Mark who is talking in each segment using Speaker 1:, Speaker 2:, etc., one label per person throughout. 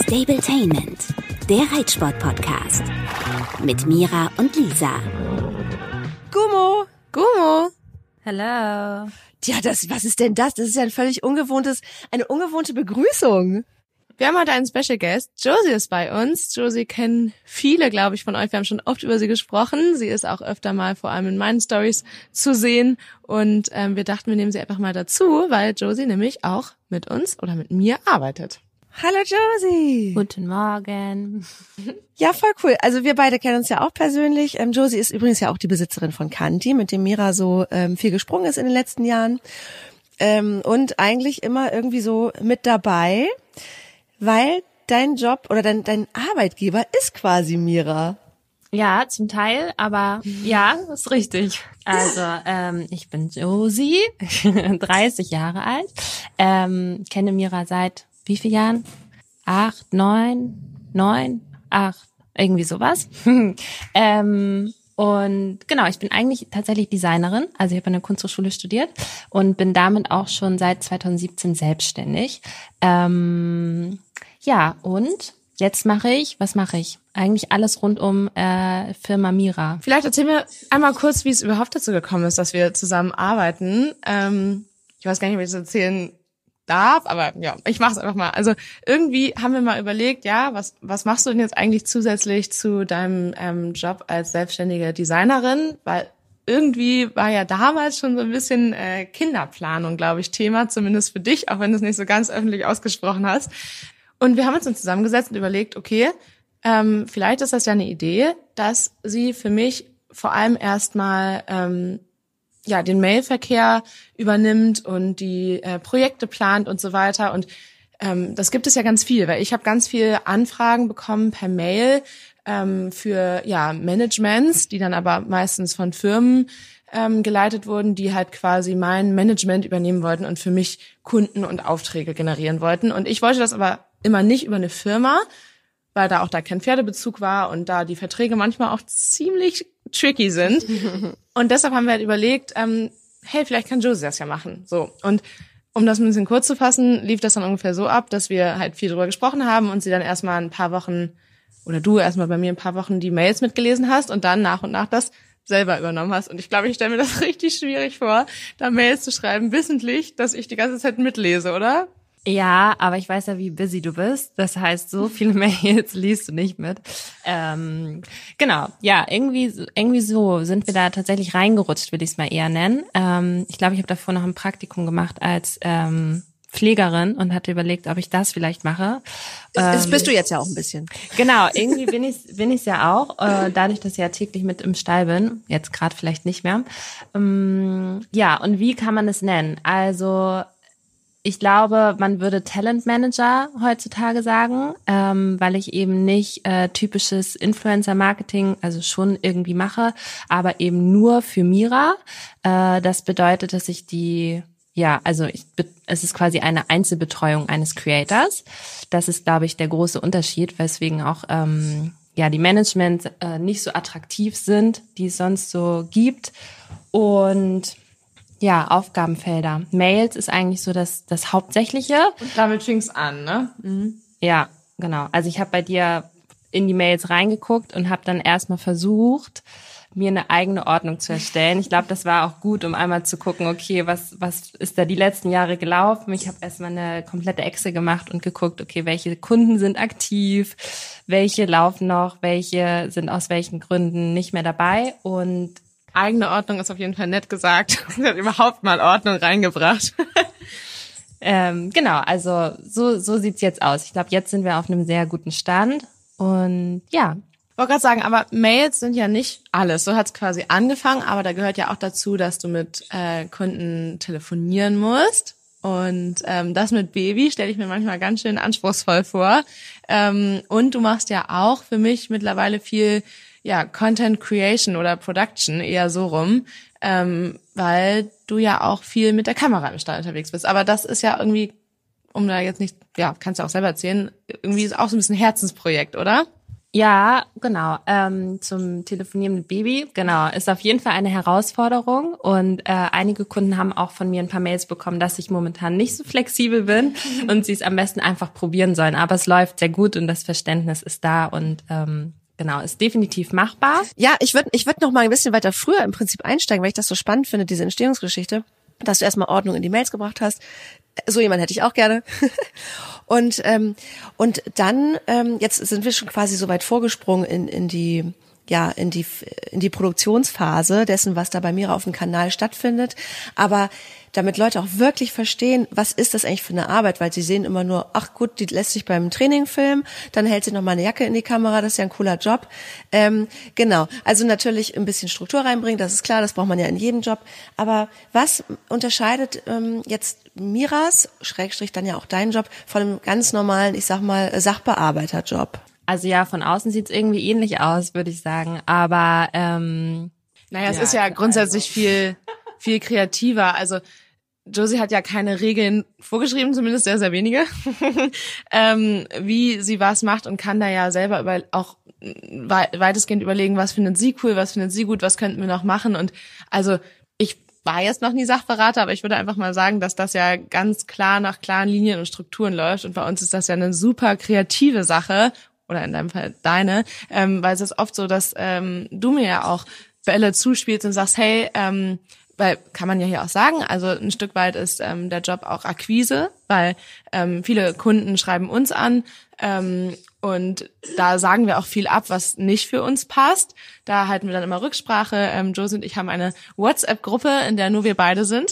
Speaker 1: Stabletainment, der Reitsport-Podcast. Mit Mira und Lisa.
Speaker 2: Gummo.
Speaker 3: Hello.
Speaker 2: Ja, was ist denn das? Das ist ja eine ungewohnte Begrüßung. Wir haben heute einen Special Guest. Josie ist bei uns. Josie kennen viele, glaube ich, von euch. Wir haben schon oft über sie gesprochen. Sie ist auch öfter mal vor allem in meinen Stories zu sehen. Und wir dachten, wir nehmen sie einfach mal dazu, weil Josie nämlich auch mit uns oder mit mir arbeitet. Hallo Josie.
Speaker 3: Guten Morgen.
Speaker 2: Ja, voll cool. Also wir beide kennen uns ja auch persönlich. Josie ist übrigens ja auch die Besitzerin von Kanti, mit dem Mira so viel gesprungen ist in den letzten Jahren. Und eigentlich immer irgendwie so mit dabei, weil dein Job oder dein Arbeitgeber ist quasi Mira.
Speaker 3: Ja, zum Teil, aber ja, ist richtig. Also ich bin Josie, 30 Jahre alt, kenne Mira seit wie vielen Jahren? 8, 9, 8, irgendwie sowas. Und genau, ich bin eigentlich tatsächlich Designerin. Also ich habe an der Kunsthochschule studiert und bin damit auch schon seit 2017 selbstständig. Ja, und jetzt was mache ich? Eigentlich alles rund um Firma Mira.
Speaker 2: Vielleicht erzähl mir einmal kurz, wie es überhaupt dazu gekommen ist, dass wir zusammen arbeiten. Ich weiß gar nicht, ob ich das erzählen darf, aber ja, ich mache es einfach mal. Also irgendwie haben wir mal überlegt, ja, was machst du denn jetzt eigentlich zusätzlich zu deinem Job als selbstständige Designerin? Weil irgendwie war ja damals schon so ein bisschen Kinderplanung, glaube ich, Thema, zumindest für dich, auch wenn du es nicht so ganz öffentlich ausgesprochen hast. Und wir haben uns dann zusammengesetzt und überlegt, okay, vielleicht ist das ja eine Idee, dass sie für mich vor allem erstmal den Mailverkehr übernimmt und die Projekte plant und so weiter. Und das gibt es ja ganz viel, weil ich habe ganz viele Anfragen bekommen per Mail für Managements, die dann aber meistens von Firmen geleitet wurden, die halt quasi mein Management übernehmen wollten und für mich Kunden und Aufträge generieren wollten. Und ich wollte das aber immer nicht über eine Firma, weil da kein Pferdebezug war und da die Verträge manchmal auch ziemlich tricky sind. Und deshalb haben wir halt überlegt, hey, vielleicht kann Josie das ja machen. So. Und um das ein bisschen kurz zu fassen, lief das dann ungefähr so ab, dass wir halt viel drüber gesprochen haben und sie dann erstmal ein paar Wochen, oder du erstmal bei mir ein paar Wochen die Mails mitgelesen hast und dann nach und nach das selber übernommen hast. Und ich glaube, ich stelle mir das richtig schwierig vor, da Mails zu schreiben, wissentlich, dass ich die ganze Zeit mitlese, oder?
Speaker 3: Ja, aber ich weiß ja, wie busy du bist. Das heißt, so viele Mails liest du nicht mit. Genau, ja, irgendwie so sind wir da tatsächlich reingerutscht, will ich es mal eher nennen. Ich glaube, ich habe davor noch ein Praktikum gemacht als Pflegerin und hatte überlegt, ob ich das vielleicht mache.
Speaker 2: Das bist du jetzt ja auch ein bisschen.
Speaker 3: Genau, irgendwie bin ich's ja auch, dadurch, dass ich ja täglich mit im Stall bin, jetzt gerade vielleicht nicht mehr. Ja, und wie kann man es nennen? Also ich glaube, man würde Talent Manager heutzutage sagen, weil ich eben nicht typisches Influencer-Marketing, also schon irgendwie mache, aber eben nur für Mira. Das bedeutet, dass ich es ist quasi eine Einzelbetreuung eines Creators. Das ist, glaube ich, der große Unterschied, weswegen auch die Management nicht so attraktiv sind, die es sonst so gibt. Und ja, Aufgabenfelder. Mails ist eigentlich so das Hauptsächliche.
Speaker 2: Und damit fing's an, ne? Mhm.
Speaker 3: Ja, genau. Also ich habe bei dir in die Mails reingeguckt und habe dann erstmal versucht, mir eine eigene Ordnung zu erstellen. Ich glaube, das war auch gut, um einmal zu gucken, okay, was ist da die letzten Jahre gelaufen? Ich habe erstmal eine komplette Excel gemacht und geguckt, okay, welche Kunden sind aktiv, welche laufen noch, welche sind aus welchen Gründen nicht mehr dabei. Und
Speaker 2: eigene Ordnung ist auf jeden Fall nett gesagt. Sie hat überhaupt mal Ordnung reingebracht.
Speaker 3: Genau, also so sieht's jetzt aus. Ich glaube, jetzt sind wir auf einem sehr guten Stand. Und ja.
Speaker 2: Ich wollte gerade sagen, aber Mails sind ja nicht alles. So hat's quasi angefangen, aber da gehört ja auch dazu, dass du mit Kunden telefonieren musst. Und das mit Baby stelle ich mir manchmal ganz schön anspruchsvoll vor. Und du machst ja auch für mich mittlerweile viel Content Creation oder Production, eher so rum, weil du ja auch viel mit der Kamera im Stall unterwegs bist. Aber das ist ja irgendwie, um da jetzt nicht, kannst du auch selber erzählen, irgendwie ist auch so ein bisschen Herzensprojekt, oder?
Speaker 3: Ja, genau. Zum Telefonieren mit Baby, genau, ist auf jeden Fall eine Herausforderung und einige Kunden haben auch von mir ein paar Mails bekommen, dass ich momentan nicht so flexibel bin und sie es am besten einfach probieren sollen. Aber es läuft sehr gut und das Verständnis ist da und genau, ist definitiv machbar.
Speaker 4: Ja, ich würd noch mal ein bisschen weiter früher im Prinzip einsteigen, weil ich das so spannend finde, diese Entstehungsgeschichte, dass du erstmal Ordnung in die Mails gebracht hast. So jemand hätte ich auch gerne. Und dann, jetzt sind wir schon quasi so weit vorgesprungen in die Produktionsphase dessen, was da bei mir auf dem Kanal stattfindet. Aber damit Leute auch wirklich verstehen, was ist das eigentlich für eine Arbeit, weil sie sehen immer nur, ach gut, die lässt sich beim Training filmen, dann hält sie noch mal eine Jacke in die Kamera, das ist ja ein cooler Job. Genau, also natürlich ein bisschen Struktur reinbringen, das ist klar, das braucht man ja in jedem Job. Aber was unterscheidet jetzt Miras, Schrägstrich dann ja auch deinen Job, von einem ganz normalen, ich sag mal, Sachbearbeiterjob?
Speaker 3: Also ja, von außen sieht's irgendwie ähnlich aus, würde ich sagen. Aber
Speaker 2: naja, es ist ja grundsätzlich viel kreativer. Also Josie hat ja keine Regeln vorgeschrieben, zumindest sehr, sehr wenige, wie sie was macht und kann da ja selber auch weitestgehend überlegen, was findet sie cool, was findet sie gut, was könnten wir noch machen. Und also ich war jetzt noch nie Sachberater, aber ich würde einfach mal sagen, dass das ja ganz klar nach klaren Linien und Strukturen läuft. Und bei uns ist das ja eine super kreative Sache, oder in deinem Fall deine, weil es ist oft so, dass du mir ja auch Bälle zuspielst und sagst, hey, weil kann man ja hier auch sagen, also ein Stück weit ist der Job auch Akquise, weil viele Kunden schreiben uns an und da sagen wir auch viel ab, was nicht für uns passt. Da halten wir dann immer Rücksprache. Josie und ich haben eine WhatsApp-Gruppe, in der nur wir beide sind.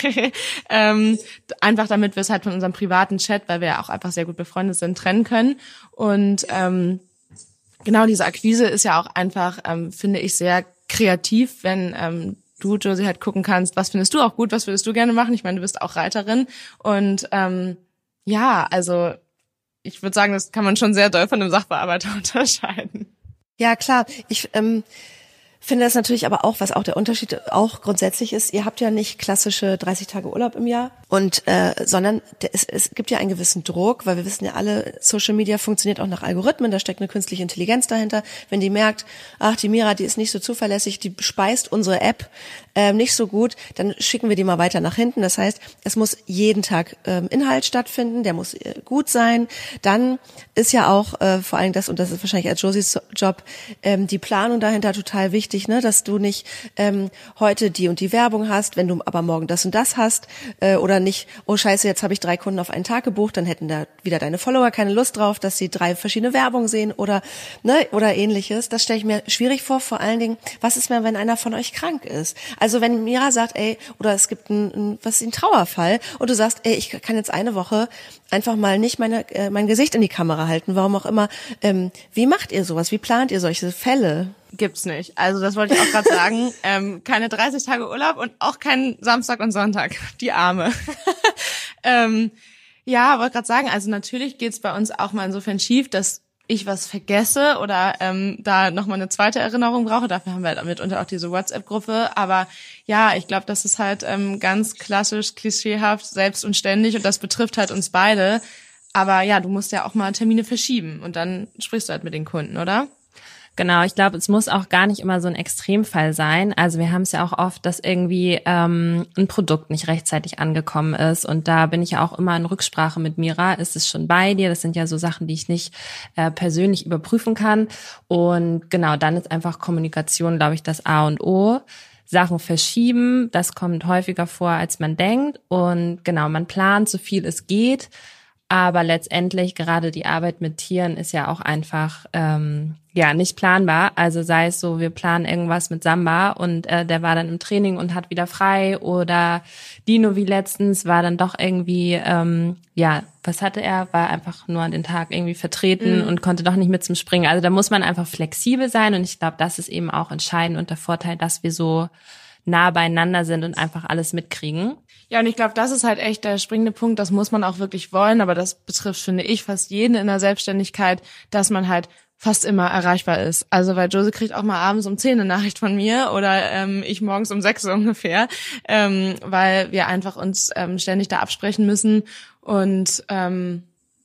Speaker 2: Einfach damit wir es halt von unserem privaten Chat, weil wir ja auch einfach sehr gut befreundet sind, trennen können. Und genau diese Akquise ist ja auch einfach, finde ich, sehr kreativ, wenn du, Josie, halt gucken kannst, was findest du auch gut, was würdest du gerne machen? Ich meine, du bist auch Reiterin und ja, also ich würde sagen, das kann man schon sehr doll von einem Sachbearbeiter unterscheiden.
Speaker 4: Ja, klar. Ich finde das natürlich aber auch, was auch der Unterschied auch grundsätzlich ist, ihr habt ja nicht klassische 30 Tage Urlaub im Jahr und sondern es gibt ja einen gewissen Druck, weil wir wissen ja alle, Social Media funktioniert auch nach Algorithmen, da steckt eine künstliche Intelligenz dahinter. Wenn die merkt, ach, die Mira, die ist nicht so zuverlässig, die speist unsere App nicht so gut, dann schicken wir die mal weiter nach hinten. Das heißt, es muss jeden Tag Inhalt stattfinden, der muss gut sein. Dann ist ja auch vor allem das, und das ist wahrscheinlich als Josies Job, die Planung dahinter total wichtig, ne, dass du nicht heute die und die Werbung hast, wenn du aber morgen das und das hast oder nicht, oh scheiße, jetzt habe ich 3 Kunden auf einen Tag gebucht, dann hätten da wieder deine Follower keine Lust drauf, dass sie 3 verschiedene Werbung sehen oder ähnliches. Das stelle ich mir schwierig vor, vor allen Dingen, was ist mir, wenn einer von euch krank ist? Also wenn Mira sagt, ey, oder es gibt einen Trauerfall und du sagst, ey, ich kann jetzt eine Woche einfach mal nicht mein Gesicht in die Kamera halten, warum auch immer. Wie macht ihr sowas? Wie plant ihr solche Fälle?
Speaker 2: Gibt's nicht. Also das wollte ich auch gerade sagen. Keine 30 Tage Urlaub und auch kein Samstag und Sonntag. Die Arme. Ja, wollte gerade sagen, also natürlich geht's bei uns auch mal insofern schief, dass ich was vergesse oder da nochmal eine zweite Erinnerung brauche. Dafür haben wir halt mitunter auch diese WhatsApp-Gruppe. Aber ja, ich glaube, das ist halt ganz klassisch, klischeehaft, selbst und ständig und das betrifft halt uns beide. Aber ja, du musst ja auch mal Termine verschieben und dann sprichst du halt mit den Kunden, oder?
Speaker 3: Genau, ich glaube, es muss auch gar nicht immer so ein Extremfall sein. Also wir haben es ja auch oft, dass irgendwie ein Produkt nicht rechtzeitig angekommen ist. Und da bin ich ja auch immer in Rücksprache mit Mira. Ist es schon bei dir? Das sind ja so Sachen, die ich nicht persönlich überprüfen kann. Und genau, dann ist einfach Kommunikation, glaube ich, das A und O. Sachen verschieben, das kommt häufiger vor, als man denkt. Und genau, man plant, so viel es geht. Aber letztendlich, gerade die Arbeit mit Tieren ist ja auch einfach nicht planbar. Also sei es so, wir planen irgendwas mit Samba und der war dann im Training und hat wieder frei. Oder Dino wie letztens war dann doch irgendwie, was hatte er? War einfach nur an den Tag irgendwie vertreten und konnte doch nicht mit zum Springen. Also da muss man einfach flexibel sein und ich glaube, das ist eben auch entscheidend und der Vorteil, dass wir so nah beieinander sind und einfach alles mitkriegen.
Speaker 2: Ja, und ich glaube, das ist halt echt der springende Punkt, das muss man auch wirklich wollen, aber das betrifft, finde ich, fast jeden in der Selbstständigkeit, dass man halt fast immer erreichbar ist. Also weil Josie kriegt auch mal abends um 10 eine Nachricht von mir oder ich morgens um 6 ungefähr, weil wir einfach uns ständig da absprechen müssen und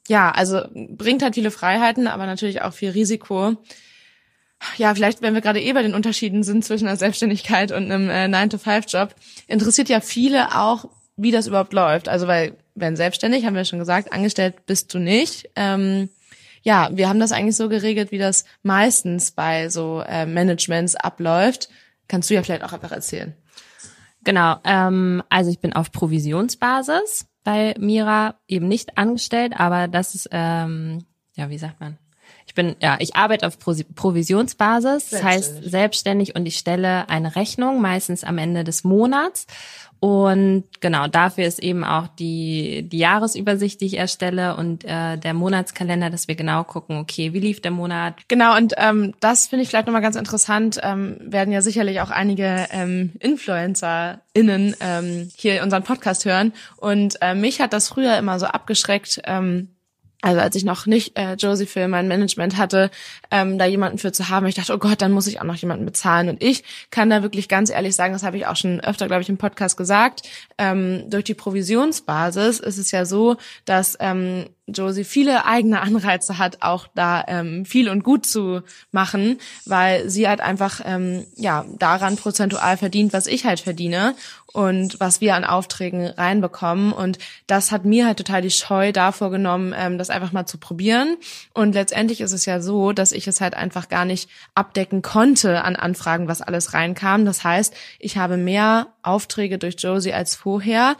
Speaker 2: ja, also bringt halt viele Freiheiten, aber natürlich auch viel Risiko. Ja, vielleicht, wenn wir gerade bei den Unterschieden sind zwischen einer Selbstständigkeit und einem 9-to-5-Job, interessiert ja viele auch, wie das überhaupt läuft. Also weil, wenn selbstständig, haben wir schon gesagt, angestellt bist du nicht. Ja, wir haben das eigentlich so geregelt, wie das meistens bei so Managements abläuft. Kannst du ja vielleicht auch einfach erzählen.
Speaker 3: Genau, also ich bin auf Provisionsbasis bei Mira, eben nicht angestellt, aber das ist, wie sagt man? Ich arbeite auf Provisionsbasis, das heißt selbstständig, und ich stelle eine Rechnung, meistens am Ende des Monats. Und genau, dafür ist eben auch die Jahresübersicht, die ich erstelle, und der Monatskalender, dass wir genau gucken, okay, wie lief der Monat.
Speaker 2: Genau, und das finde ich vielleicht nochmal ganz interessant, werden ja sicherlich auch einige InfluencerInnen hier unseren Podcast hören. Und mich hat das früher immer so abgeschreckt, also als ich noch nicht Josie für mein Management hatte, da jemanden für zu haben. Ich dachte, oh Gott, dann muss ich auch noch jemanden bezahlen. Und ich kann da wirklich ganz ehrlich sagen, das habe ich auch schon öfter, glaube ich, im Podcast gesagt, durch die Provisionsbasis ist es ja so, dass Josie viele eigene Anreize hat, auch da viel und gut zu machen, weil sie halt einfach daran prozentual verdient, was ich halt verdiene und was wir an Aufträgen reinbekommen. Und das hat mir halt total die Scheu davor genommen, das einfach mal zu probieren. Und letztendlich ist es ja so, dass ich es halt einfach gar nicht abdecken konnte an Anfragen, was alles reinkam. Das heißt, ich habe mehr Aufträge durch Josie als vorher.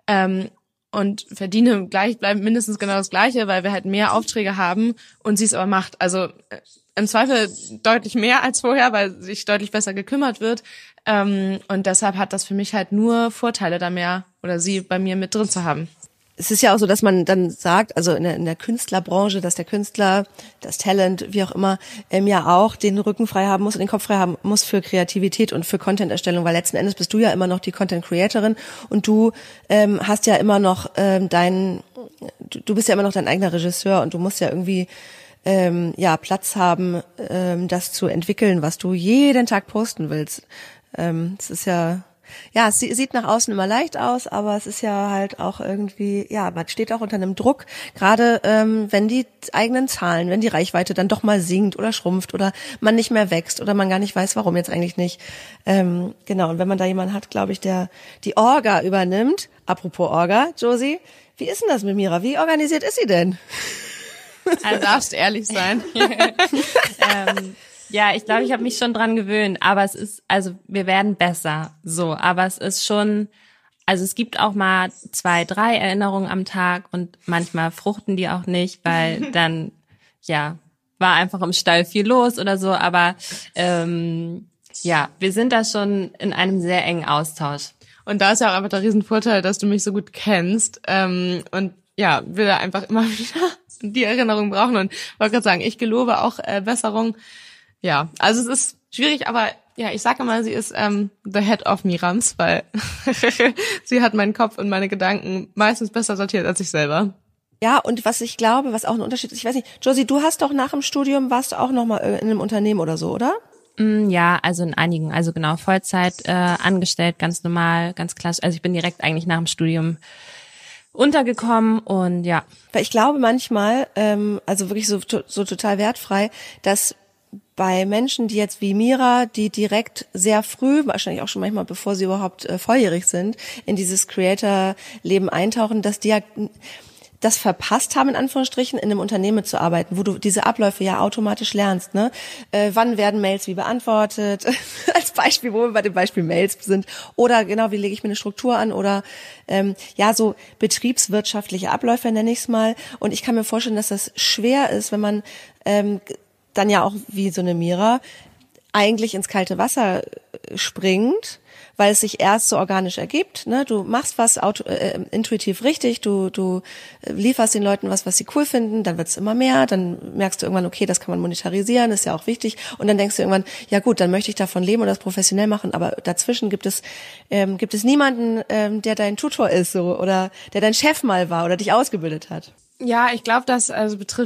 Speaker 2: Und verdiene bleibt mindestens genau das Gleiche, weil wir halt mehr Aufträge haben und sie es aber macht. Also im Zweifel deutlich mehr als vorher, weil sich deutlich besser gekümmert wird. Und deshalb hat das für mich halt nur Vorteile, da mehr oder sie bei mir mit drin zu haben.
Speaker 4: Es ist ja auch so, dass man dann sagt, also in der Künstlerbranche, dass der Künstler, das Talent, wie auch immer, ja auch den Rücken frei haben muss und den Kopf frei haben muss für Kreativität und für Content-Erstellung, weil letzten Endes bist du ja immer noch die Content-Creatorin und du hast ja immer noch du bist ja immer noch dein eigener Regisseur und du musst ja irgendwie Platz haben, das zu entwickeln, was du jeden Tag posten willst. Es ist ja, es sieht nach außen immer leicht aus, aber es ist ja halt auch irgendwie, man steht auch unter einem Druck, gerade wenn die eigenen Zahlen, wenn die Reichweite dann doch mal sinkt oder schrumpft oder man nicht mehr wächst oder man gar nicht weiß, warum jetzt eigentlich nicht. Genau, und wenn man da jemanden hat, glaube ich, der die Orga übernimmt, apropos Orga, Josie, wie ist denn das mit Mira? Wie organisiert ist sie denn?
Speaker 2: Also darfst ehrlich sein.
Speaker 3: Ja, ich glaube, ich habe mich schon dran gewöhnt, aber wir werden besser, so, aber es ist schon, also es gibt auch mal 2, 3 Erinnerungen am Tag und manchmal fruchten die auch nicht, weil dann, war einfach im Stall viel los oder so, aber wir sind da schon in einem sehr engen Austausch.
Speaker 2: Und da ist ja auch einfach der Riesenvorteil, dass du mich so gut kennst und will einfach immer wieder die Erinnerung brauchen und wollte gerade sagen, ich gelobe auch Besserung. Ja, also es ist schwierig, aber ich sage mal, sie ist the head of Mirams, weil sie hat meinen Kopf und meine Gedanken meistens besser sortiert als ich selber.
Speaker 4: Ja, und was ich glaube, was auch ein Unterschied ist, ich weiß nicht, Josie, du hast doch nach dem Studium, warst du auch noch mal in einem Unternehmen oder so, oder?
Speaker 3: Ja, also in einigen, also genau, Vollzeit angestellt, ganz normal, ganz klassisch. Also ich bin direkt eigentlich nach dem Studium untergekommen und ja.
Speaker 4: Weil ich glaube manchmal, also wirklich so total wertfrei, dass bei Menschen, die jetzt wie Mira, die direkt sehr früh, wahrscheinlich auch schon manchmal bevor sie überhaupt volljährig sind, in dieses Creator-Leben eintauchen, dass die ja das verpasst haben, in Anführungsstrichen, in einem Unternehmen zu arbeiten, wo du diese Abläufe ja automatisch lernst, ne? Wann werden Mails wie beantwortet? Als Beispiel, wo wir bei dem Beispiel Mails sind. Oder genau, wie lege ich mir eine Struktur an? Oder so betriebswirtschaftliche Abläufe nenne ich es mal. Und ich kann mir vorstellen, dass das schwer ist, wenn man dann ja auch wie so eine Mira eigentlich ins kalte Wasser springt, weil es sich erst so organisch ergibt, ne? Du machst was intuitiv richtig, du lieferst den Leuten was sie cool finden, dann wird's immer mehr, dann merkst du irgendwann, okay, das kann man monetarisieren, ist ja auch wichtig, und dann denkst du irgendwann, ja gut, dann möchte ich davon leben und das professionell machen, aber dazwischen gibt es niemanden, der dein Tutor ist, so, oder der dein Chef mal war oder dich ausgebildet hat.
Speaker 2: Ja, ich glaube, das betrifft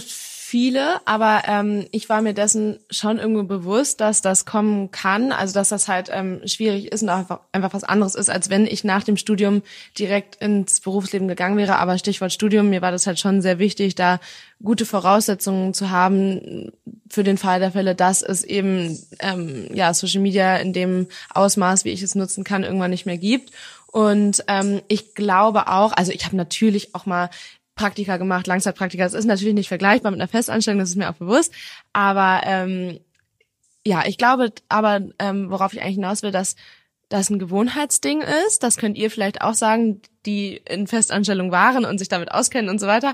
Speaker 2: viele, aber ich war mir dessen schon irgendwo bewusst, dass das kommen kann, also dass das halt schwierig ist und auch einfach was anderes ist, als wenn ich nach dem Studium direkt ins Berufsleben gegangen wäre. Aber Stichwort Studium, mir war das halt schon sehr wichtig, da gute Voraussetzungen zu haben für den Fall der Fälle, dass es eben Social Media in dem Ausmaß, wie ich es nutzen kann, irgendwann nicht mehr gibt. Und ich glaube auch, also ich habe natürlich auch mal Praktika gemacht, Langzeitpraktika. Das ist natürlich nicht vergleichbar mit einer Festanstellung, das ist mir auch bewusst. Aber ich glaube, worauf ich eigentlich hinaus will, dass das ein Gewohnheitsding ist. Das könnt ihr vielleicht auch sagen, die in Festanstellung waren und sich damit auskennen und so weiter.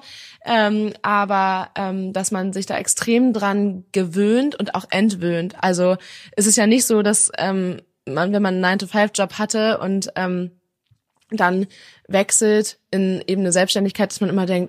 Speaker 2: Dass man sich da extrem dran gewöhnt und auch entwöhnt. Also es ist ja nicht so, dass wenn man einen 9-to-5-Job hatte und dann wechselt in eben eine Selbstständigkeit, dass man immer denkt,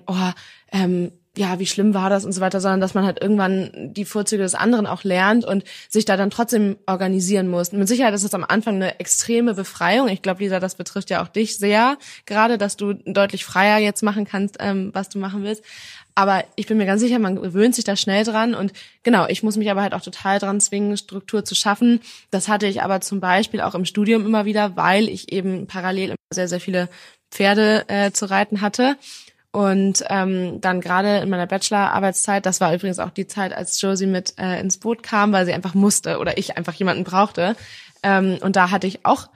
Speaker 2: wie schlimm war das und so weiter, sondern dass man halt irgendwann die Vorzüge des anderen auch lernt und sich da dann trotzdem organisieren muss. Und mit Sicherheit ist es am Anfang eine extreme Befreiung. Ich glaube, Lisa, das betrifft ja auch dich sehr, gerade, dass du deutlich freier jetzt machen kannst, was du machen willst. Aber ich bin mir ganz sicher, man gewöhnt sich da schnell dran und genau, ich muss mich aber halt auch total dran zwingen, Struktur zu schaffen. Das hatte ich aber zum Beispiel auch im Studium immer wieder, weil ich eben parallel immer sehr, sehr viele Pferde zu reiten hatte. Und dann gerade in meiner Bachelorarbeitszeit, das war übrigens auch die Zeit, als Josie mit ins Boot kam, weil sie einfach musste oder ich einfach jemanden brauchte. Und da hatte ich auch,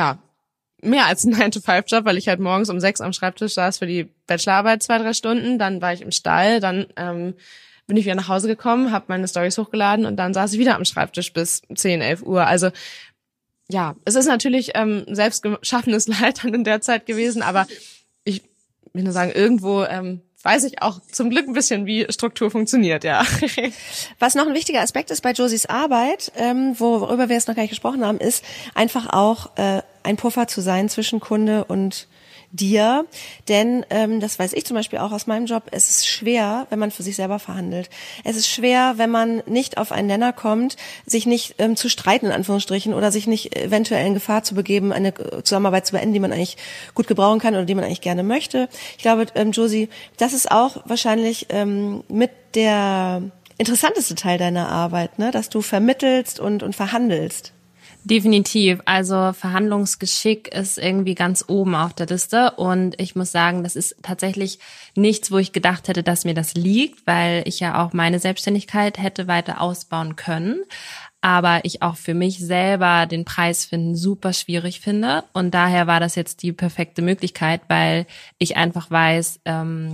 Speaker 2: mehr als einen 9-to-5-Job, weil ich halt morgens um 6 am Schreibtisch saß für die Bachelorarbeit 2-3 Stunden, dann war ich im Stall, dann bin ich wieder nach Hause gekommen, habe meine Storys hochgeladen und dann saß ich wieder am Schreibtisch bis 10, 11 Uhr. Also ja, es ist natürlich selbstgeschaffenes Leid dann in der Zeit gewesen, aber ich will nur sagen, irgendwo weiß ich auch zum Glück ein bisschen, wie Struktur funktioniert, ja.
Speaker 4: Was noch ein wichtiger Aspekt ist bei Josies Arbeit, worüber wir jetzt noch gar nicht gesprochen haben, ist einfach auch ein Puffer zu sein zwischen Kunde und dir, denn das weiß ich zum Beispiel auch aus meinem Job, es ist schwer, wenn man für sich selber verhandelt. Es ist schwer, wenn man nicht auf einen Nenner kommt, sich nicht zu streiten, in Anführungsstrichen, oder sich nicht eventuell in Gefahr zu begeben, eine Zusammenarbeit zu beenden, die man eigentlich gut gebrauchen kann oder die man eigentlich gerne möchte. Ich glaube, Josie, das ist auch wahrscheinlich mit der interessanteste Teil deiner Arbeit, ne? Dass du vermittelst und verhandelst.
Speaker 3: Definitiv. Also Verhandlungsgeschick ist irgendwie ganz oben auf der Liste und ich muss sagen, das ist tatsächlich nichts, wo ich gedacht hätte, dass mir das liegt, weil ich ja auch meine Selbstständigkeit hätte weiter ausbauen können, aber ich auch für mich selber den Preis finden super schwierig finde und daher war das jetzt die perfekte Möglichkeit, weil ich einfach weiß,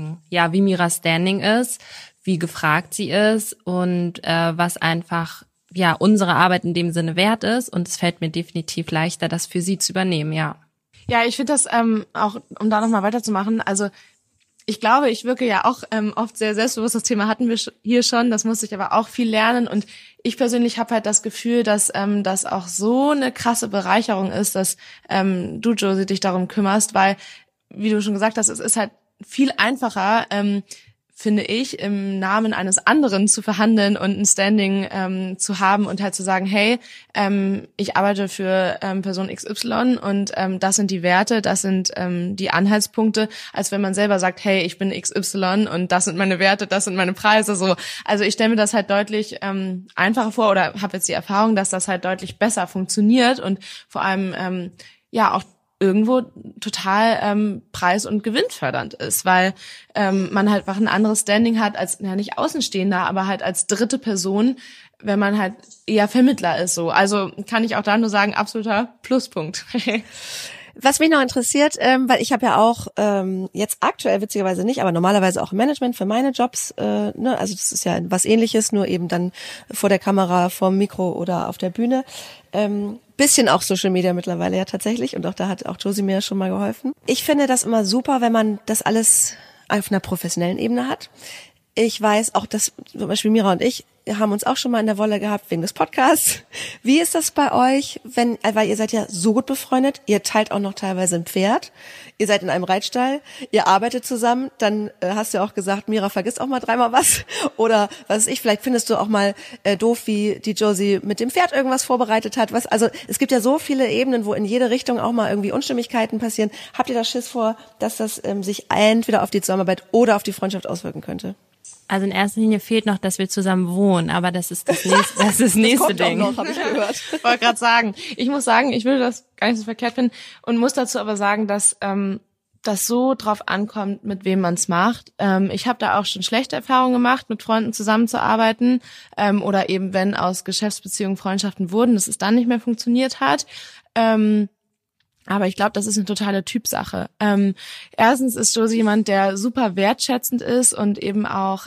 Speaker 3: wie Mira's Standing ist, wie gefragt sie ist und was einfach unsere Arbeit in dem Sinne wert ist und es fällt mir definitiv leichter, das für sie zu übernehmen, ja.
Speaker 2: Ja, ich finde das auch, um da nochmal weiterzumachen, also ich glaube, ich wirke ja auch oft sehr selbstbewusst, das Thema hatten wir hier schon, das musste ich aber auch viel lernen und ich persönlich habe halt das Gefühl, dass das auch so eine krasse Bereicherung ist, dass du, Josie, dich darum kümmerst, weil, wie du schon gesagt hast, es ist halt viel einfacher, finde ich, im Namen eines anderen zu verhandeln und ein Standing zu haben und halt zu sagen, hey, ich arbeite für Person XY und das sind die Werte, das sind die Anhaltspunkte, als wenn man selber sagt, hey, ich bin XY und das sind meine Werte, das sind meine Preise. So, also ich stelle mir das halt deutlich einfacher vor oder habe jetzt die Erfahrung, dass das halt deutlich besser funktioniert und vor allem auch irgendwo total preis- und gewinnfördernd ist, weil man halt einfach ein anderes Standing hat als, nicht Außenstehender, aber halt als dritte Person, wenn man halt eher Vermittler ist. So, also kann ich auch da nur sagen, absoluter Pluspunkt.
Speaker 4: Was mich noch interessiert, weil ich habe ja auch jetzt aktuell witzigerweise nicht, aber normalerweise auch im Management für meine Jobs, also das ist ja was Ähnliches, nur eben dann vor der Kamera, vorm Mikro oder auf der Bühne. Bisschen auch Social Media mittlerweile ja tatsächlich und auch da hat auch Josie mir schon mal geholfen. Ich finde das immer super, wenn man das alles auf einer professionellen Ebene hat. Ich weiß auch, dass zum Beispiel Mira und ich haben uns auch schon mal in der Wolle gehabt wegen des Podcasts. Wie ist das bei euch, weil ihr seid ja so gut befreundet, ihr teilt auch noch teilweise ein Pferd, ihr seid in einem Reitstall, ihr arbeitet zusammen, dann hast du ja auch gesagt, Mira, vergiss auch mal 3-mal was oder was weiß ich, vielleicht findest du auch mal doof, wie die Josie mit dem Pferd irgendwas vorbereitet hat. Also es gibt ja so viele Ebenen, wo in jede Richtung auch mal irgendwie Unstimmigkeiten passieren. Habt ihr da Schiss vor, dass das sich entweder auf die Zusammenarbeit oder auf die Freundschaft auswirken könnte?
Speaker 3: Also in erster Linie fehlt noch, dass wir zusammen wohnen, aber das ist das nächste
Speaker 4: kommt
Speaker 3: Ding.
Speaker 4: auch noch, habe ich gehört.
Speaker 2: Ich wollte gerade sagen, ich muss sagen, ich würde das gar nicht so verkehrt finden und muss dazu aber sagen, dass das so drauf ankommt, mit wem man es macht. Ich habe da auch schon schlechte Erfahrungen gemacht, mit Freunden zusammenzuarbeiten oder eben, wenn aus Geschäftsbeziehungen Freundschaften wurden, dass es dann nicht mehr funktioniert hat. Aber ich glaube, das ist eine totale Typsache. Erstens ist Josie jemand, der super wertschätzend ist und eben auch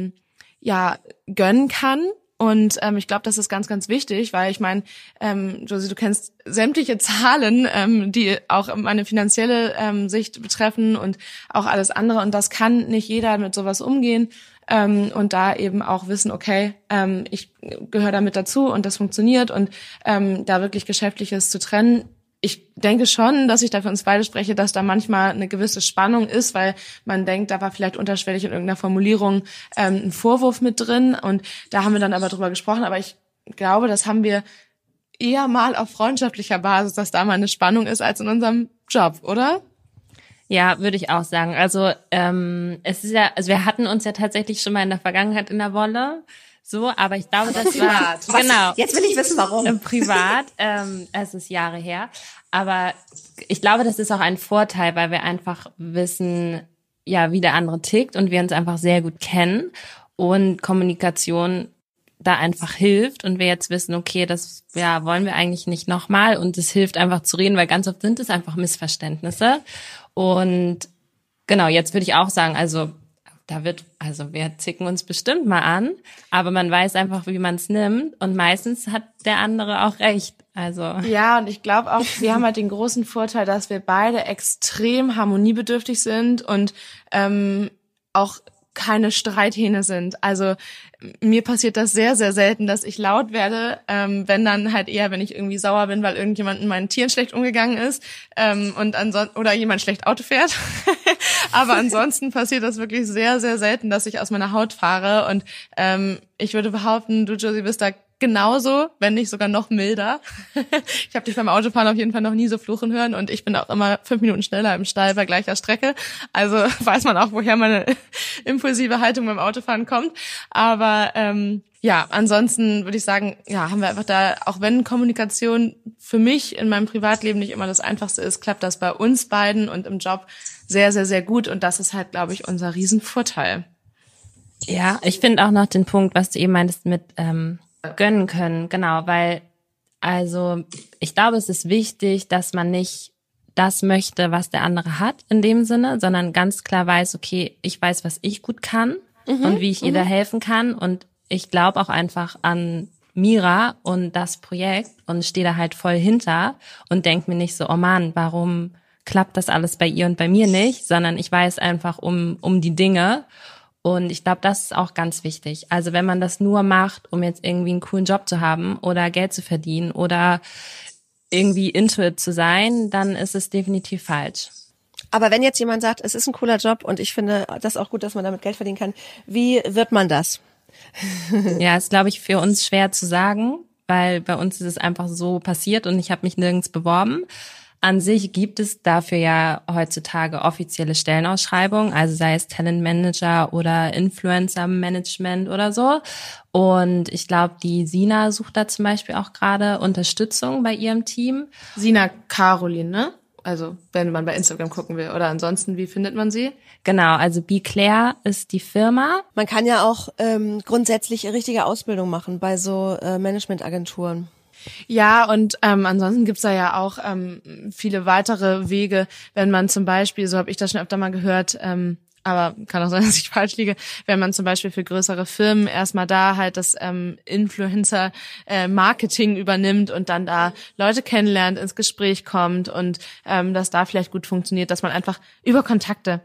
Speaker 2: gönnen kann. Und ich glaube, das ist ganz, ganz wichtig, weil ich meine, Josie, du kennst sämtliche Zahlen, die auch meine finanzielle Sicht betreffen und auch alles andere. Und das kann nicht jeder mit sowas umgehen. Und da eben auch wissen, okay, ich gehöre damit dazu und das funktioniert. Und da wirklich Geschäftliches zu trennen, ich denke schon, dass ich da für uns beide spreche, dass da manchmal eine gewisse Spannung ist, weil man denkt, da war vielleicht unterschwellig in irgendeiner Formulierung ein Vorwurf mit drin und da haben wir dann aber drüber gesprochen, aber ich glaube, das haben wir eher mal auf freundschaftlicher Basis, dass da mal eine Spannung ist als in unserem Job, oder?
Speaker 3: Ja, würde ich auch sagen. Also es ist ja, also wir hatten uns ja tatsächlich schon mal in der Vergangenheit in der Wolle. So, aber ich glaube, das war genau.
Speaker 4: Jetzt will ich wissen, warum.
Speaker 3: Privat, es ist Jahre her. Aber ich glaube, das ist auch ein Vorteil, weil wir einfach wissen, ja, wie der andere tickt und wir uns einfach sehr gut kennen und Kommunikation da einfach hilft und wir jetzt wissen, okay, das wollen wir eigentlich nicht nochmal und es hilft einfach zu reden, weil ganz oft sind es einfach Missverständnisse. Und genau, jetzt würde ich auch sagen, also wir zicken uns bestimmt mal an, aber man weiß einfach, wie man es nimmt und meistens hat der andere auch recht. Also
Speaker 2: ja, und ich glaube auch, wir haben halt den großen Vorteil, dass wir beide extrem harmoniebedürftig sind und auch keine Streithähne sind. Also mir passiert das sehr, sehr selten, dass ich laut werde, wenn dann halt eher, wenn ich irgendwie sauer bin, weil irgendjemand mit meinen Tieren schlecht umgegangen ist und oder jemand schlecht Auto fährt. Aber ansonsten passiert das wirklich sehr, sehr selten, dass ich aus meiner Haut fahre und ich würde behaupten, du, Josie, bist da genauso, wenn nicht sogar noch milder. Ich habe dich beim Autofahren auf jeden Fall noch nie so fluchen hören und ich bin auch immer 5 Minuten schneller im Stall bei gleicher Strecke. Also weiß man auch, woher meine impulsive Haltung beim Autofahren kommt. Aber ansonsten würde ich sagen, haben wir einfach da, auch wenn Kommunikation für mich in meinem Privatleben nicht immer das Einfachste ist, klappt das bei uns beiden und im Job sehr, sehr, sehr gut und das ist halt, glaube ich, unser Riesenvorteil.
Speaker 3: Ja, ich finde auch noch den Punkt, was du eben meintest mit gönnen können, genau, weil also ich glaube, es ist wichtig, dass man nicht das möchte, was der andere hat in dem Sinne, sondern ganz klar weiß, okay, ich weiß, was ich gut kann und wie ich ihr da helfen kann und ich glaube auch einfach an Mira und das Projekt und stehe da halt voll hinter und denke mir nicht so, oh Mann, warum klappt das alles bei ihr und bei mir nicht, sondern ich weiß einfach um die Dinge. Und ich glaube, das ist auch ganz wichtig. Also wenn man das nur macht, um jetzt irgendwie einen coolen Job zu haben oder Geld zu verdienen oder irgendwie into it zu sein, dann ist es definitiv falsch.
Speaker 4: Aber wenn jetzt jemand sagt, es ist ein cooler Job und ich finde das auch gut, dass man damit Geld verdienen kann, wie wird man das?
Speaker 3: Ja, ist, glaube ich, für uns schwer zu sagen, weil bei uns ist es einfach so passiert und ich habe mich nirgends beworben. An sich gibt es dafür ja heutzutage offizielle Stellenausschreibungen, also sei es Talentmanager oder Influencer-Management oder so. Und ich glaube, die Sina sucht da zum Beispiel auch gerade Unterstützung bei ihrem Team.
Speaker 2: Sina Caroline, ne? Also wenn man bei Instagram gucken will. Oder ansonsten, wie findet man sie?
Speaker 3: Genau, also Be Claire ist die Firma.
Speaker 4: Man kann ja auch grundsätzlich richtige Ausbildung machen bei so Managementagenturen.
Speaker 2: Ja, und ansonsten gibt's da ja auch viele weitere Wege, wenn man zum Beispiel, so habe ich das schon öfter mal gehört, aber kann auch sein, dass ich falsch liege, wenn man zum Beispiel für größere Firmen erstmal da halt das Influencer-Marketing übernimmt und dann da Leute kennenlernt, ins Gespräch kommt und das da vielleicht gut funktioniert, dass man einfach über Kontakte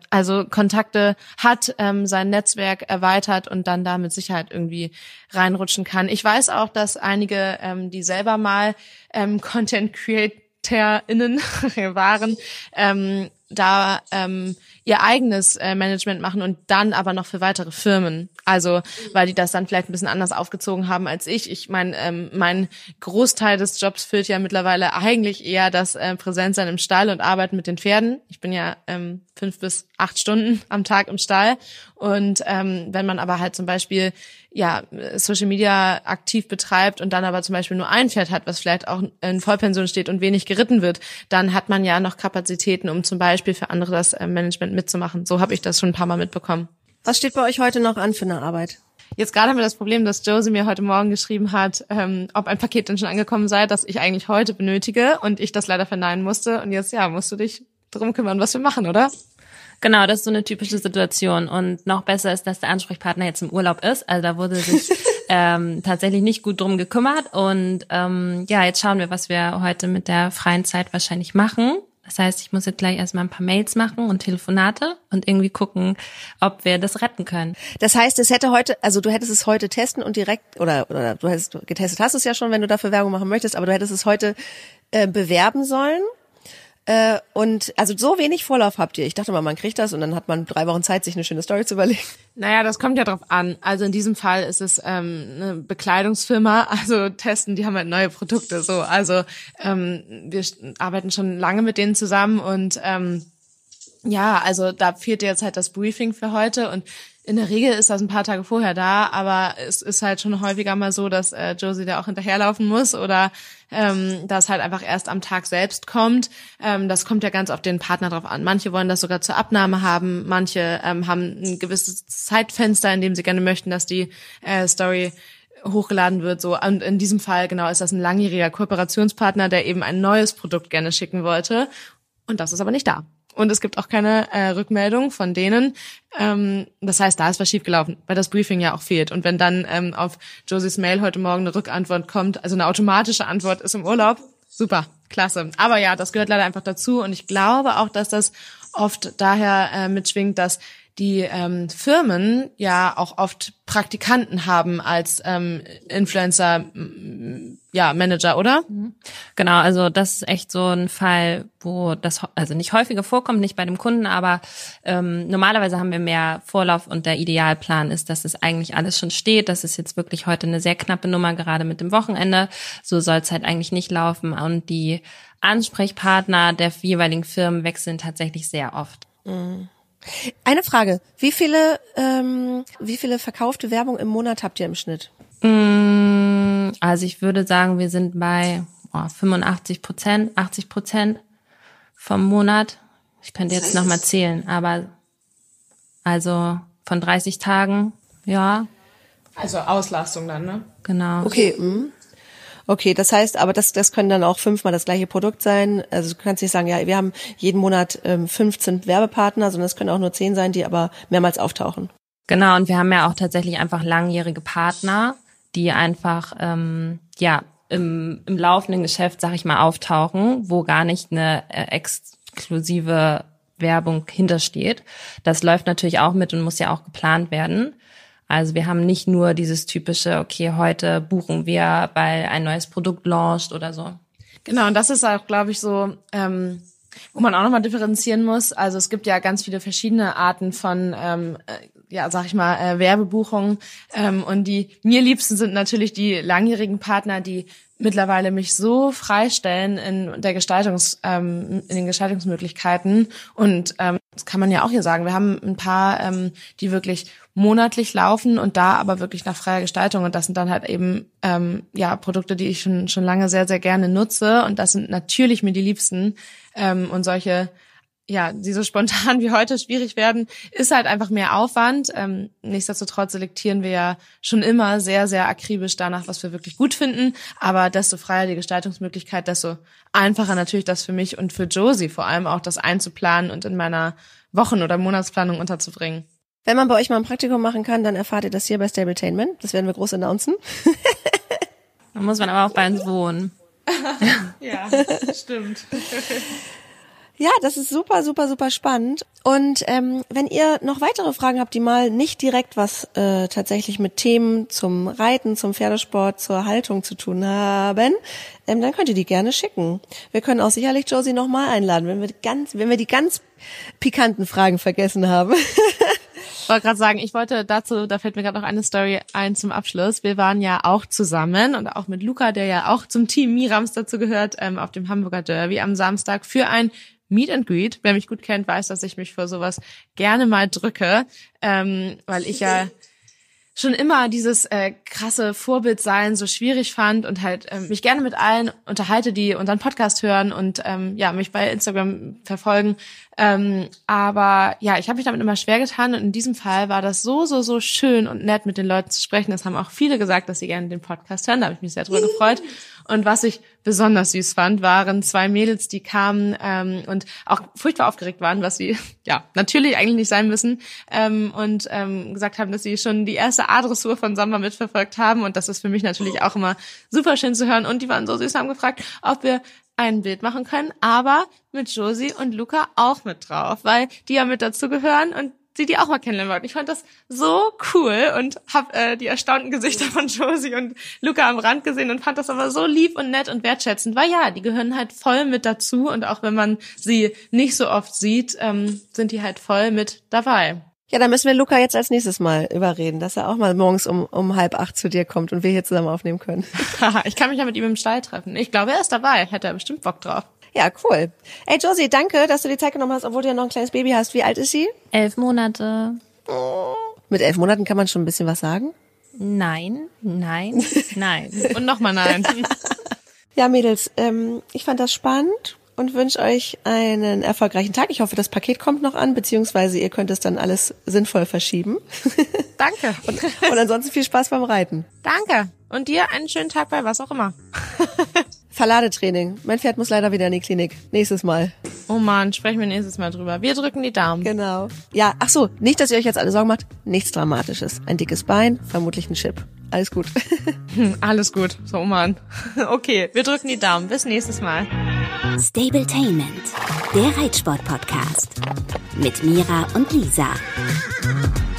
Speaker 2: hat, sein Netzwerk erweitert und dann da mit Sicherheit irgendwie reinrutschen kann. Ich weiß auch, dass einige, die selber mal Content-CreatorInnen waren, ihr eigenes Management machen und dann aber noch für weitere Firmen. Also, weil die das dann vielleicht ein bisschen anders aufgezogen haben als ich. Ich meine, mein Großteil des Jobs füllt ja mittlerweile eigentlich eher das Präsenzsein im Stall und Arbeiten mit den Pferden. Ich bin ja 5 bis 8 Stunden am Tag im Stall. Und wenn man aber halt zum Beispiel Social Media aktiv betreibt und dann aber zum Beispiel nur ein Pferd hat, was vielleicht auch in Vollpension steht und wenig geritten wird, dann hat man ja noch Kapazitäten, um zum Beispiel für andere das Management mitzumachen. So habe ich das schon ein paar Mal mitbekommen.
Speaker 4: Was steht bei euch heute noch an für eine Arbeit?
Speaker 2: Jetzt gerade haben wir das Problem, dass Josie mir heute Morgen geschrieben hat, ob ein Paket denn schon angekommen sei, das ich eigentlich heute benötige und ich das leider verneinen musste. Und jetzt, musst du dich drum kümmern, was wir machen, oder?
Speaker 3: Genau, das ist so eine typische Situation. Und noch besser ist, dass der Ansprechpartner jetzt im Urlaub ist. Also da wurde sich tatsächlich nicht gut drum gekümmert. Und jetzt schauen wir, was wir heute mit der freien Zeit wahrscheinlich machen. Das heißt, ich muss jetzt gleich erstmal ein paar Mails machen und Telefonate und irgendwie gucken, ob wir das retten können.
Speaker 4: Das heißt, du hättest es heute testen und direkt, oder du hättest getestet, hast es ja schon, wenn du dafür Werbung machen möchtest, aber du hättest es heute bewerben sollen. Und also so wenig Vorlauf habt ihr. Ich dachte mal, man kriegt das und dann hat man 3 Wochen Zeit, sich eine schöne Story zu überlegen.
Speaker 2: Naja, das kommt ja drauf an. Also in diesem Fall ist es eine Bekleidungsfirma, also testen, die haben halt neue Produkte. So, also wir arbeiten schon lange mit denen zusammen und also da fehlt jetzt halt das Briefing für heute und in der Regel ist das ein paar Tage vorher da, aber es ist halt schon häufiger mal so, dass Josie da auch hinterherlaufen muss oder das halt einfach erst am Tag selbst kommt. Das kommt ja ganz auf den Partner drauf an. Manche wollen das sogar zur Abnahme haben, manche haben ein gewisses Zeitfenster, in dem sie gerne möchten, dass die Story hochgeladen wird. So, und in diesem Fall genau ist das ein langjähriger Kooperationspartner, der eben ein neues Produkt gerne schicken wollte und das ist aber nicht da. Und es gibt auch keine Rückmeldung von denen. Das heißt, da ist was schiefgelaufen, weil das Briefing ja auch fehlt. Und wenn dann auf Josies Mail heute Morgen eine Rückantwort kommt, also eine automatische Antwort ist im Urlaub, super, klasse. Aber ja, das gehört leider einfach dazu. Und ich glaube auch, dass das oft daher mitschwingt, dass die Firmen ja auch oft Praktikanten haben als Influencer, Manager, oder?
Speaker 3: Genau, also das ist echt so ein Fall, wo das also nicht häufiger vorkommt, nicht bei dem Kunden, aber normalerweise haben wir mehr Vorlauf und der Idealplan ist, dass es eigentlich alles schon steht. Das ist jetzt wirklich heute eine sehr knappe Nummer, gerade mit dem Wochenende. So soll es halt eigentlich nicht laufen und die Ansprechpartner der jeweiligen Firmen wechseln tatsächlich sehr oft.
Speaker 4: Eine Frage, wie viele verkaufte Werbung im Monat habt ihr im Schnitt?
Speaker 3: Also ich würde sagen, wir sind bei 85%, 80% vom Monat. Ich könnte jetzt nochmal zählen, aber also von 30 Tagen, ja.
Speaker 2: Also Auslastung dann, ne?
Speaker 3: Genau.
Speaker 4: Okay, Okay, das heißt, aber das können dann auch 5-mal das gleiche Produkt sein. Also du kannst nicht sagen, wir haben jeden Monat 15 Werbepartner, sondern es können auch nur 10 sein, die aber mehrmals auftauchen.
Speaker 3: Genau, und wir haben ja auch tatsächlich einfach langjährige Partner, die einfach im laufenden Geschäft, sag ich mal, auftauchen, wo gar nicht eine exklusive Werbung hintersteht. Das läuft natürlich auch mit und muss ja auch geplant werden. Also wir haben nicht nur dieses typische, okay, heute buchen wir, weil ein neues Produkt launcht oder so.
Speaker 2: Genau, und das ist auch, glaube ich, so, wo man auch nochmal differenzieren muss. Also es gibt ja ganz viele verschiedene Arten von, Werbebuchungen. Und die mir liebsten sind natürlich die langjährigen Partner, die mittlerweile mich so freistellen in den Gestaltungsmöglichkeiten. Und das kann man ja auch hier sagen. Wir haben ein paar, die wirklich monatlich laufen und da aber wirklich nach freier Gestaltung. Und das sind dann halt eben Produkte, die ich schon lange sehr, sehr gerne nutze. Und das sind natürlich mir die liebsten. Und solche, die so spontan wie heute schwierig werden, ist halt einfach mehr Aufwand. Nichtsdestotrotz selektieren wir ja schon immer sehr, sehr akribisch danach, was wir wirklich gut finden. Aber desto freier die Gestaltungsmöglichkeit, desto einfacher natürlich das für mich und für Josie vor allem auch, das einzuplanen und in meiner Wochen- oder Monatsplanung unterzubringen.
Speaker 4: Wenn man bei euch mal ein Praktikum machen kann, dann erfahrt ihr das hier bei Stabletainment. Das werden wir groß announcen.
Speaker 3: Da muss man aber auch bei uns wohnen.
Speaker 2: Ja, stimmt.
Speaker 4: Ja, das ist super, super, super spannend. Und wenn ihr noch weitere Fragen habt, die mal nicht direkt was tatsächlich mit Themen zum Reiten, zum Pferdesport, zur Haltung zu tun haben, dann könnt ihr die gerne schicken. Wir können auch sicherlich Josie nochmal einladen, wenn wir die ganz pikanten Fragen vergessen haben.
Speaker 2: Ich wollte gerade sagen, da fällt mir gerade noch eine Story ein zum Abschluss. Wir waren ja auch zusammen und auch mit Luca, der ja auch zum Team Mirams dazu gehört, auf dem Hamburger Derby am Samstag für ein Meet and Greet. Wer mich gut kennt, weiß, dass ich mich vor sowas gerne mal drücke, weil ich ja schon immer dieses krasse Vorbildsein so schwierig fand und halt mich gerne mit allen unterhalte, die unseren Podcast hören und mich bei Instagram verfolgen. Aber ja, ich habe mich damit immer schwer getan und in diesem Fall war das so schön und nett, mit den Leuten zu sprechen. Das haben auch viele gesagt, dass sie gerne den Podcast hören. Da habe ich mich sehr drüber gefreut. Und was ich besonders süß fand, waren 2 Mädels, die kamen und auch furchtbar aufgeregt waren, was sie ja natürlich eigentlich nicht sein müssen, und gesagt haben, dass sie schon die erste A-Dressur von Samba mitverfolgt haben. Und das ist für mich natürlich auch immer super schön zu hören. Und die waren so süß, haben gefragt, ob wir ein Bild machen können, aber mit Josie und Luca auch mit drauf, weil die ja mit dazu gehören und sie die auch mal kennenlernen wollten. Ich fand das so cool und habe die erstaunten Gesichter von Josie und Luca am Rand gesehen und fand das aber so lieb und nett und wertschätzend, weil ja, die gehören halt voll mit dazu und auch wenn man sie nicht so oft sieht, sind die halt voll mit dabei.
Speaker 4: Ja, dann müssen wir Luca jetzt als nächstes Mal überreden, dass er auch mal morgens um 7:30 zu dir kommt und wir hier zusammen aufnehmen können.
Speaker 2: Ich kann mich ja mit ihm im Stall treffen. Ich glaube, er ist dabei. Hätte er bestimmt Bock drauf.
Speaker 4: Ja, cool. Ey, Josie, danke, dass du die Zeit genommen hast, obwohl du ja noch ein kleines Baby hast. Wie alt ist sie?
Speaker 3: 11 Monate.
Speaker 4: Oh. Mit 11 Monaten kann man schon ein bisschen was sagen?
Speaker 3: Nein.
Speaker 2: Und nochmal nein.
Speaker 4: Ja, Mädels, ich fand das spannend und wünsche euch einen erfolgreichen Tag. Ich hoffe, das Paket kommt noch an, beziehungsweise ihr könnt es dann alles sinnvoll verschieben.
Speaker 2: Danke.
Speaker 4: Und ansonsten viel Spaß beim Reiten.
Speaker 2: Danke. Und dir einen schönen Tag bei was auch immer.
Speaker 4: Verladetraining. Mein Pferd muss leider wieder in die Klinik. Nächstes Mal.
Speaker 2: Oh Mann, sprechen wir nächstes Mal drüber. Wir drücken die Daumen.
Speaker 4: Genau. Ja, ach so, nicht, dass ihr euch jetzt alle Sorgen macht. Nichts Dramatisches. Ein dickes Bein, vermutlich ein Chip. Alles gut.
Speaker 2: Alles gut. So, Mann. Okay, wir drücken die Daumen. Bis nächstes Mal.
Speaker 1: Stabletainment, der Reitsport-Podcast mit Mira und Lisa.